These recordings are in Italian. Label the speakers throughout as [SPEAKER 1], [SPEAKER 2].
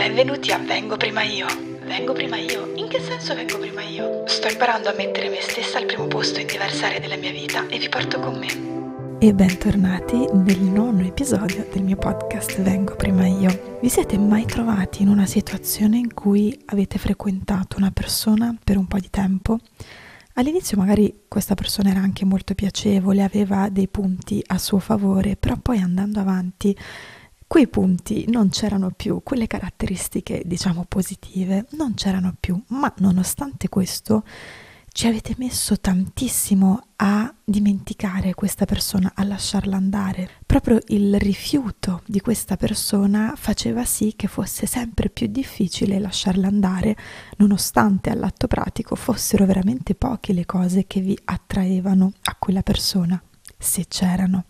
[SPEAKER 1] Benvenuti a Vengo prima io. Vengo prima io? In che senso vengo prima io? Sto imparando a mettere me stessa al primo posto in diverse aree della mia vita e vi porto con me.
[SPEAKER 2] E bentornati nel 9° episodio del mio podcast Vengo prima io. Vi siete mai trovati in una situazione in cui avete frequentato una persona per un po' di tempo? All'inizio magari questa persona era anche molto piacevole, aveva dei punti a suo favore, però poi andando avanti quei punti non c'erano più, quelle caratteristiche diciamo positive non c'erano più, ma nonostante questo ci avete messo tantissimo a dimenticare questa persona, a lasciarla andare. Proprio il rifiuto di questa persona faceva sì che fosse sempre più difficile lasciarla andare, nonostante all'atto pratico fossero veramente poche le cose che vi attraevano a quella persona, se c'erano.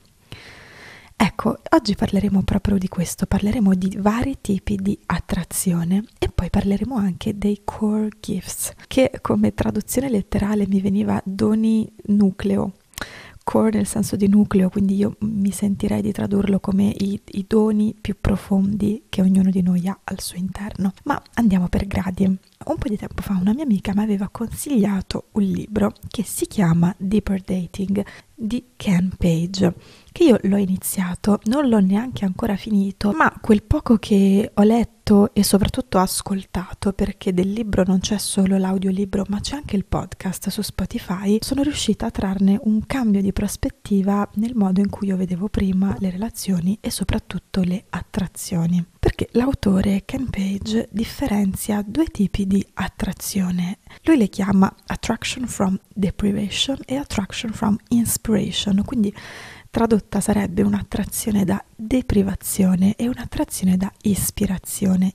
[SPEAKER 2] Ecco, oggi parleremo proprio di questo, parleremo di vari tipi di attrazione e poi parleremo anche dei core gifts, che come traduzione letterale mi veniva doni nucleo, core nel senso di nucleo, quindi io mi sentirei di tradurlo come i doni più profondi che ognuno di noi ha al suo interno. Ma andiamo per gradi. Un po' di tempo fa una mia amica mi aveva consigliato un libro che si chiama Deeper Dating di Ken Page, che io l'ho iniziato, non l'ho neanche ancora finito, ma quel poco che ho letto e soprattutto ascoltato, perché del libro non c'è solo l'audiolibro ma c'è anche il podcast su Spotify, sono riuscita a trarne un cambio di prospettiva nel modo in cui io vedevo prima le relazioni e soprattutto le attrazioni. Perché l'autore Ken Page differenzia due tipi di attrazione. Lui le chiama attraction from deprivation e attraction from inspiration, quindi tradotta sarebbe un'attrazione da deprivazione e un'attrazione da ispirazione,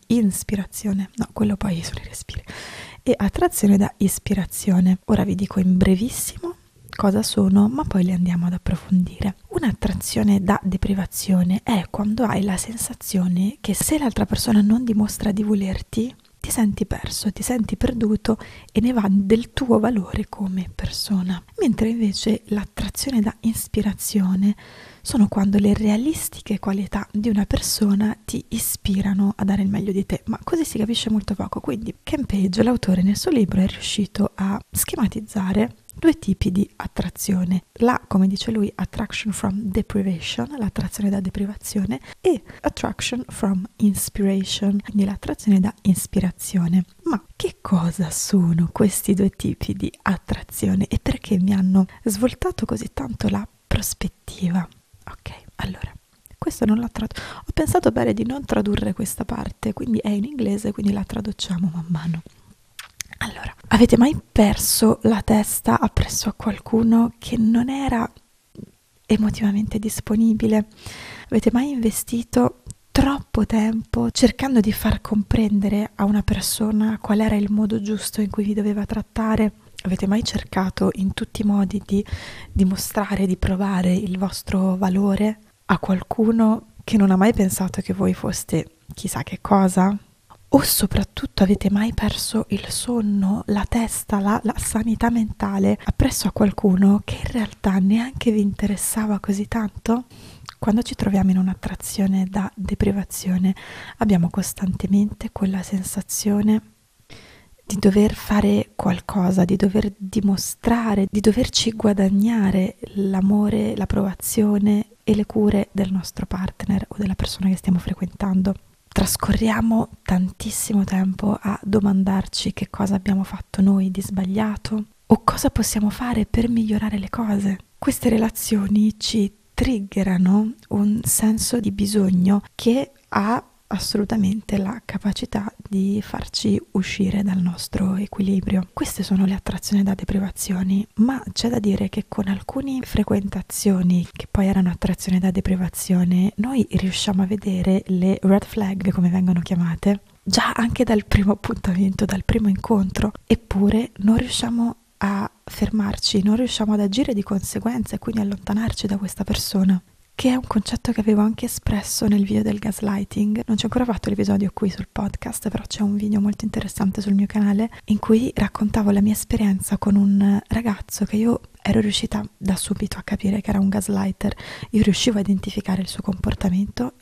[SPEAKER 2] no, quello poi sono i respiri, e attrazione da ispirazione. Ora vi dico in brevissimo cosa sono, ma poi le andiamo ad approfondire. Un'attrazione da deprivazione è quando hai la sensazione che se l'altra persona non dimostra di volerti, ti senti perso, ti senti perduto e ne va del tuo valore come persona. Mentre invece l'attrazione da ispirazione sono quando le realistiche qualità di una persona ti ispirano a dare il meglio di te, ma così si capisce molto poco. Quindi Ken Page, l'autore, nel suo libro è riuscito a schematizzare due tipi di attrazione, come dice lui, attraction from deprivation, l'attrazione da deprivazione, e attraction from inspiration, quindi l'attrazione da ispirazione. Ma che cosa sono questi due tipi di attrazione e perché mi hanno svoltato così tanto la prospettiva? Ok, allora, questo non l'ho tradotto, ho pensato bene di non tradurre questa parte, quindi è in inglese, quindi la traduciamo man mano. Allora, avete mai perso la testa appresso a qualcuno che non era emotivamente disponibile? Avete mai investito troppo tempo cercando di far comprendere a una persona qual era il modo giusto in cui vi doveva trattare? Avete mai cercato in tutti i modi di dimostrare, di provare il vostro valore a qualcuno che non ha mai pensato che voi foste chissà che cosa? O soprattutto avete mai perso il sonno, la testa, la sanità mentale appresso a qualcuno che in realtà neanche vi interessava così tanto? Quando ci troviamo in un'attrazione da deprivazione abbiamo costantemente quella sensazione di dover fare qualcosa, di dover dimostrare, di doverci guadagnare l'amore, l'approvazione e le cure del nostro partner o della persona che stiamo frequentando. Trascorriamo tantissimo tempo a domandarci che cosa abbiamo fatto noi di sbagliato o cosa possiamo fare per migliorare le cose. Queste relazioni ci triggerano un senso di bisogno che ha assolutamente la capacità di farci uscire dal nostro equilibrio. Queste sono le attrazioni da deprivazioni, ma c'è da dire che con alcune frequentazioni che poi erano attrazioni da deprivazione, noi riusciamo a vedere le red flag, come vengono chiamate, già anche dal primo appuntamento, dal primo incontro, eppure non riusciamo a fermarci, non riusciamo ad agire di conseguenza e quindi allontanarci da questa persona, che è un concetto che avevo anche espresso nel video del gaslighting. Non ci ho ancora fatto l'episodio qui sul podcast, però c'è un video molto interessante sul mio canale in cui raccontavo la mia esperienza con un ragazzo che io ero riuscita da subito a capire che era un gaslighter. Io riuscivo a identificare il suo comportamento e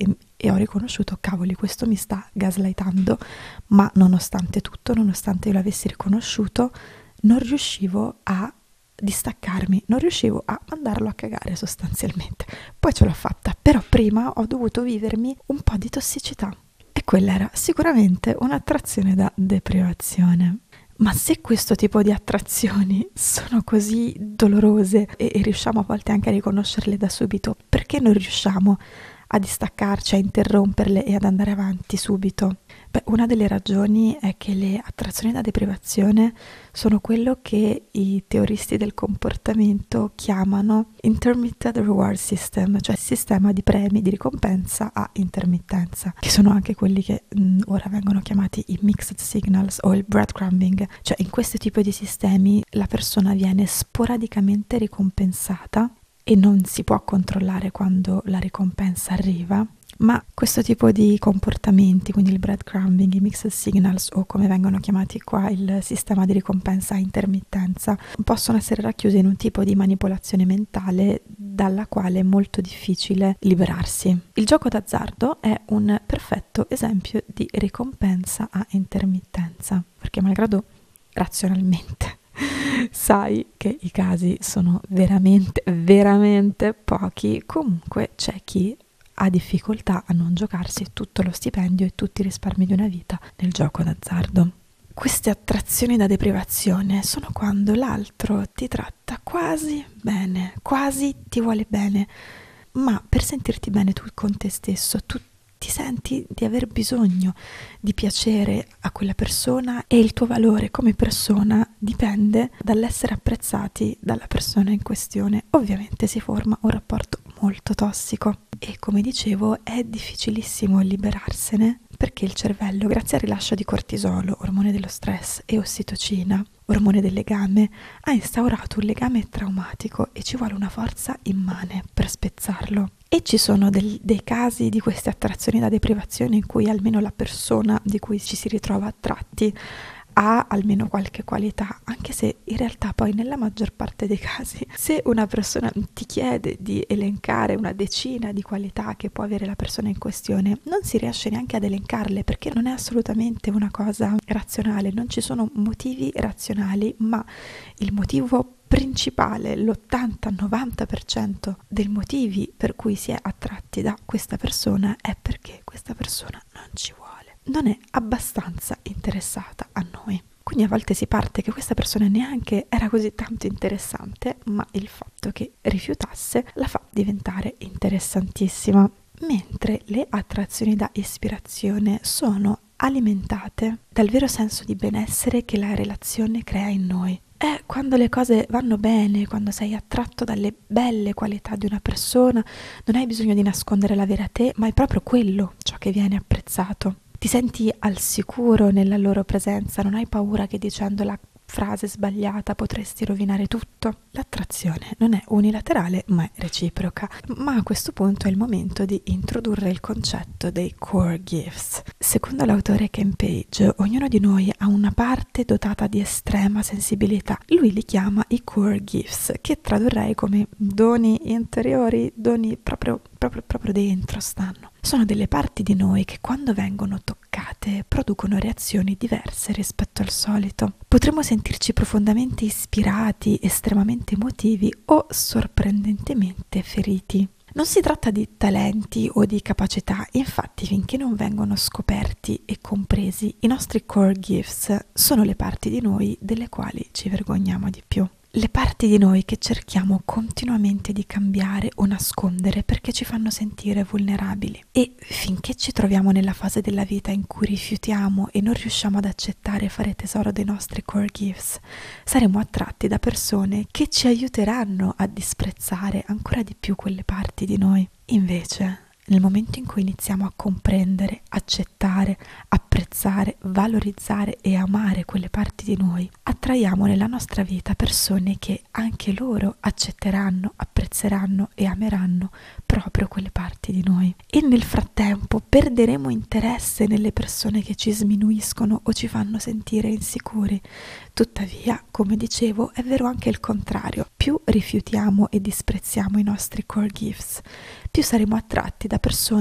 [SPEAKER 2] e ho riconosciuto, cavoli, questo mi sta gaslightando, ma nonostante tutto, nonostante io l'avessi riconosciuto, non riuscivo a distaccarmi, non riuscivo a mandarlo a cagare sostanzialmente. Poi ce l'ho fatta, però prima ho dovuto vivermi un po' di tossicità e quella era sicuramente un'attrazione da deprivazione. Ma se questo tipo di attrazioni sono così dolorose e riusciamo a volte anche a riconoscerle da subito, perché non riusciamo a distaccarci, a interromperle e ad andare avanti subito? Beh, una delle ragioni è che le attrazioni da deprivazione sono quello che i teoristi del comportamento chiamano intermittent reward system, cioè sistema di premi, di ricompensa a intermittenza, che sono anche quelli che ora vengono chiamati i mixed signals o il breadcrumbing. Cioè in questo tipo di sistemi la persona viene sporadicamente ricompensata e non si può controllare quando la ricompensa arriva, ma questo tipo di comportamenti, quindi il breadcrumbing, i mixed signals o come vengono chiamati qua il sistema di ricompensa a intermittenza, possono essere racchiusi in un tipo di manipolazione mentale dalla quale è molto difficile liberarsi. Il gioco d'azzardo è un perfetto esempio di ricompensa a intermittenza, perché malgrado razionalmente sai che i casi sono veramente, veramente pochi, comunque c'è chi ha difficoltà a non giocarsi tutto lo stipendio e tutti i risparmi di una vita nel gioco d'azzardo. Queste attrazioni da deprivazione sono quando l'altro ti tratta quasi bene, quasi ti vuole bene, ma per sentirti bene tu con te stesso, tu ti senti di aver bisogno di piacere a quella persona e il tuo valore come persona dipende dall'essere apprezzati dalla persona in questione. Ovviamente si forma un rapporto molto tossico e, come dicevo, è difficilissimo liberarsene perché il cervello, grazie al rilascio di cortisolo, ormone dello stress, e ossitocina, ormone del legame, ha instaurato un legame traumatico e ci vuole una forza immane per spezzarlo. E ci sono dei casi di queste attrazioni da deprivazione in cui almeno la persona di cui ci si ritrova attratti ha almeno qualche qualità, anche se in realtà poi nella maggior parte dei casi, se una persona ti chiede di elencare una decina di qualità che può avere la persona in questione, non si riesce neanche ad elencarle perché non è assolutamente una cosa razionale, non ci sono motivi razionali, ma il motivo principale, l'80-90% dei motivi per cui si è attratti da questa persona è perché questa persona non ci vuole, non è abbastanza interessata a noi. Quindi a volte si parte che questa persona neanche era così tanto interessante, ma il fatto che rifiutasse la fa diventare interessantissima. Mentre le attrazioni da ispirazione sono alimentate dal vero senso di benessere che la relazione crea in noi. È quando le cose vanno bene, quando sei attratto dalle belle qualità di una persona, non hai bisogno di nascondere la vera te, ma è proprio quello ciò che viene apprezzato. Ti senti al sicuro nella loro presenza, non hai paura che dicendo la frase sbagliata potresti rovinare tutto. L'attrazione non è unilaterale ma è reciproca, ma a questo punto è il momento di introdurre il concetto dei core gifts. Secondo l'autore Ken Page, ognuno di noi ha una parte dotata di estrema sensibilità. Lui li chiama i core gifts, che tradurrei come doni interiori, doni proprio dentro stanno. Sono delle parti di noi che quando vengono toccate producono reazioni diverse rispetto al solito. Potremmo sentirci profondamente ispirati, estremamente emotivi o sorprendentemente feriti. Non si tratta di talenti o di capacità, infatti finché non vengono scoperti e compresi, i nostri core gifts sono le parti di noi delle quali ci vergogniamo di più. Le parti di noi che cerchiamo continuamente di cambiare o nascondere perché ci fanno sentire vulnerabili. E finché ci troviamo nella fase della vita in cui rifiutiamo e non riusciamo ad accettare e fare tesoro dei nostri core gifts, saremo attratti da persone che ci aiuteranno a disprezzare ancora di più quelle parti di noi. Invece, nel momento in cui iniziamo a comprendere, accettare, apprezzare, valorizzare e amare quelle parti di noi, attraiamo nella nostra vita persone che anche loro accetteranno, apprezzeranno e ameranno proprio quelle parti di noi. E nel frattempo perderemo interesse nelle persone che ci sminuiscono o ci fanno sentire insicuri. Tuttavia, come dicevo, è vero anche il contrario. Più rifiutiamo e disprezziamo i nostri core gifts, più saremo attratti da persone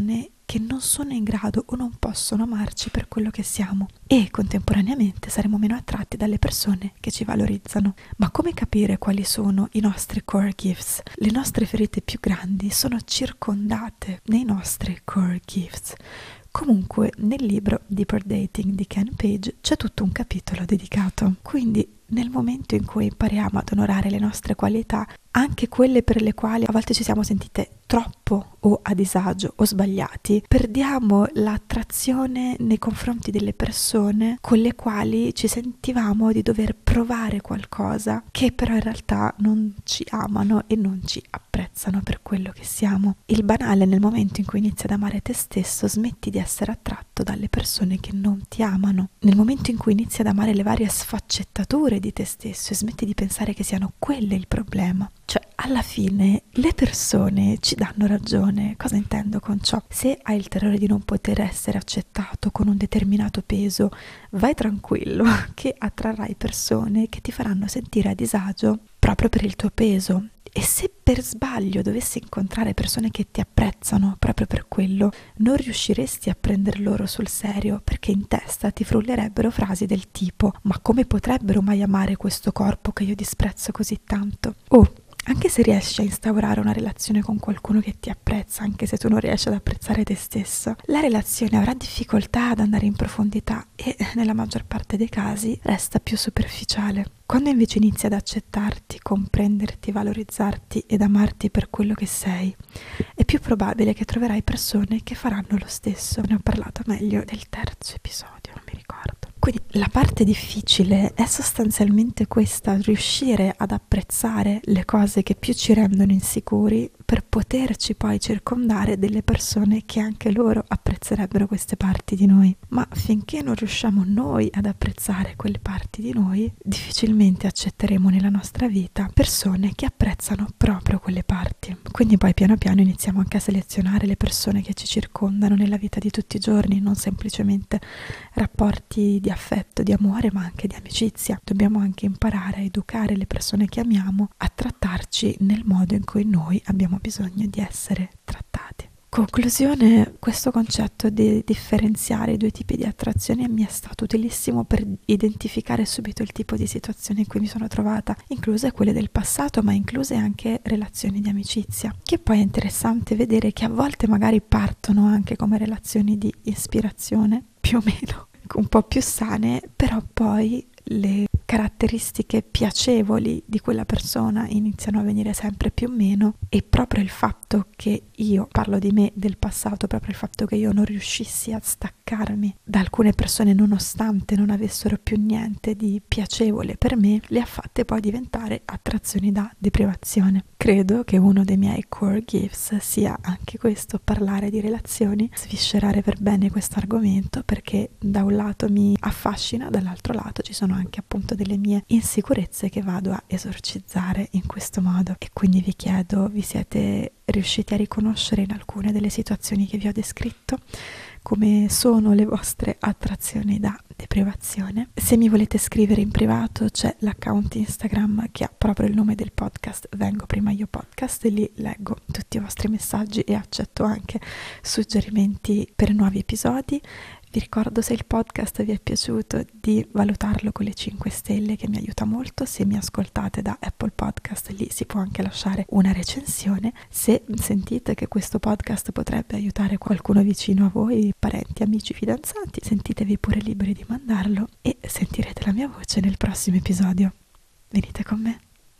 [SPEAKER 2] che non sono in grado o non possono amarci per quello che siamo, e contemporaneamente saremo meno attratti dalle persone che ci valorizzano. Ma come capire quali sono i nostri core gifts? Le nostre ferite più grandi sono circondate nei nostri core gifts. Comunque nel libro Deeper Dating di Ken Page c'è tutto un capitolo dedicato. Quindi nel momento in cui impariamo ad onorare le nostre qualità, anche quelle per le quali a volte ci siamo sentite troppo o a disagio o sbagliati, perdiamo l'attrazione nei confronti delle persone con le quali ci sentivamo di dover provare qualcosa, che però in realtà non ci amano e non ci apprezzano per quello che siamo. Il banale: nel momento in cui inizi ad amare te stesso, smetti di essere attratto dalle persone che non ti amano. Nel momento in cui inizi ad amare le varie sfaccettature di te stesso e smetti di pensare che siano quelle il problema. Cioè, alla fine le persone ci danno ragione. Cosa intendo con ciò? Se hai il terrore di non poter essere accettato con un determinato peso, vai tranquillo che attrarrai persone che ti faranno sentire a disagio proprio per il tuo peso. E se per sbaglio dovessi incontrare persone che ti apprezzano proprio per quello, non riusciresti a prendere loro sul serio, perché in testa ti frullerebbero frasi del tipo: ma come potrebbero mai amare questo corpo che io disprezzo così tanto? Anche se riesci a instaurare una relazione con qualcuno che ti apprezza, anche se tu non riesci ad apprezzare te stesso, la relazione avrà difficoltà ad andare in profondità e nella maggior parte dei casi resta più superficiale. Quando invece inizi ad accettarti, comprenderti, valorizzarti ed amarti per quello che sei, è più probabile che troverai persone che faranno lo stesso. Ne ho parlato meglio del terzo episodio, non mi ricordo. Quindi la parte difficile è sostanzialmente questa: riuscire ad apprezzare le cose che più ci rendono insicuri per poterci poi circondare delle persone che anche loro apprezzerebbero queste parti di noi. Ma finché non riusciamo noi ad apprezzare quelle parti di noi, difficilmente accetteremo nella nostra vita persone che apprezzano proprio quelle parti. Quindi poi piano piano iniziamo anche a selezionare le persone che ci circondano nella vita di tutti i giorni, non semplicemente rapporti di affetto, di amore, ma anche di amicizia. Dobbiamo anche imparare a educare le persone che amiamo a trattarci nel modo in cui noi abbiamo bisogno di essere trattati. Conclusione: questo concetto di differenziare i due tipi di attrazione mi è stato utilissimo per identificare subito il tipo di situazione in cui mi sono trovata, incluse quelle del passato, ma incluse anche relazioni di amicizia, che poi è interessante vedere che a volte magari partono anche come relazioni di ispirazione, più o meno un po' più sane, però poi le caratteristiche piacevoli di quella persona iniziano a venire sempre più meno, e proprio il fatto che io, parlo di me del passato, proprio il fatto che io non riuscissi a staccarmi da alcune persone nonostante non avessero più niente di piacevole per me, le ha fatte poi diventare attrazioni da deprivazione. Credo che uno dei miei core gifts sia anche questo: parlare di relazioni, sviscerare per bene questo argomento, perché da un lato mi affascina, dall'altro lato ci sono anche appunto delle mie insicurezze che vado a esorcizzare in questo modo. E quindi vi chiedo: vi siete riusciti a riconoscere in alcune delle situazioni che vi ho descritto come sono le vostre attrazioni da deprivazione? Se mi volete scrivere in privato, c'è l'account Instagram che ha proprio il nome del podcast, Vengo Prima Io Podcast, e lì leggo tutti i vostri messaggi e accetto anche suggerimenti per nuovi episodi. Vi ricordo, se il podcast vi è piaciuto, di valutarlo con le 5 stelle, che mi aiuta molto. Se mi ascoltate da Apple Podcast, lì si può anche lasciare una recensione. Se sentite che questo podcast potrebbe aiutare qualcuno vicino a voi, parenti, amici, fidanzati, sentitevi pure liberi di mandarlo e sentirete la mia voce nel prossimo episodio. Venite con me.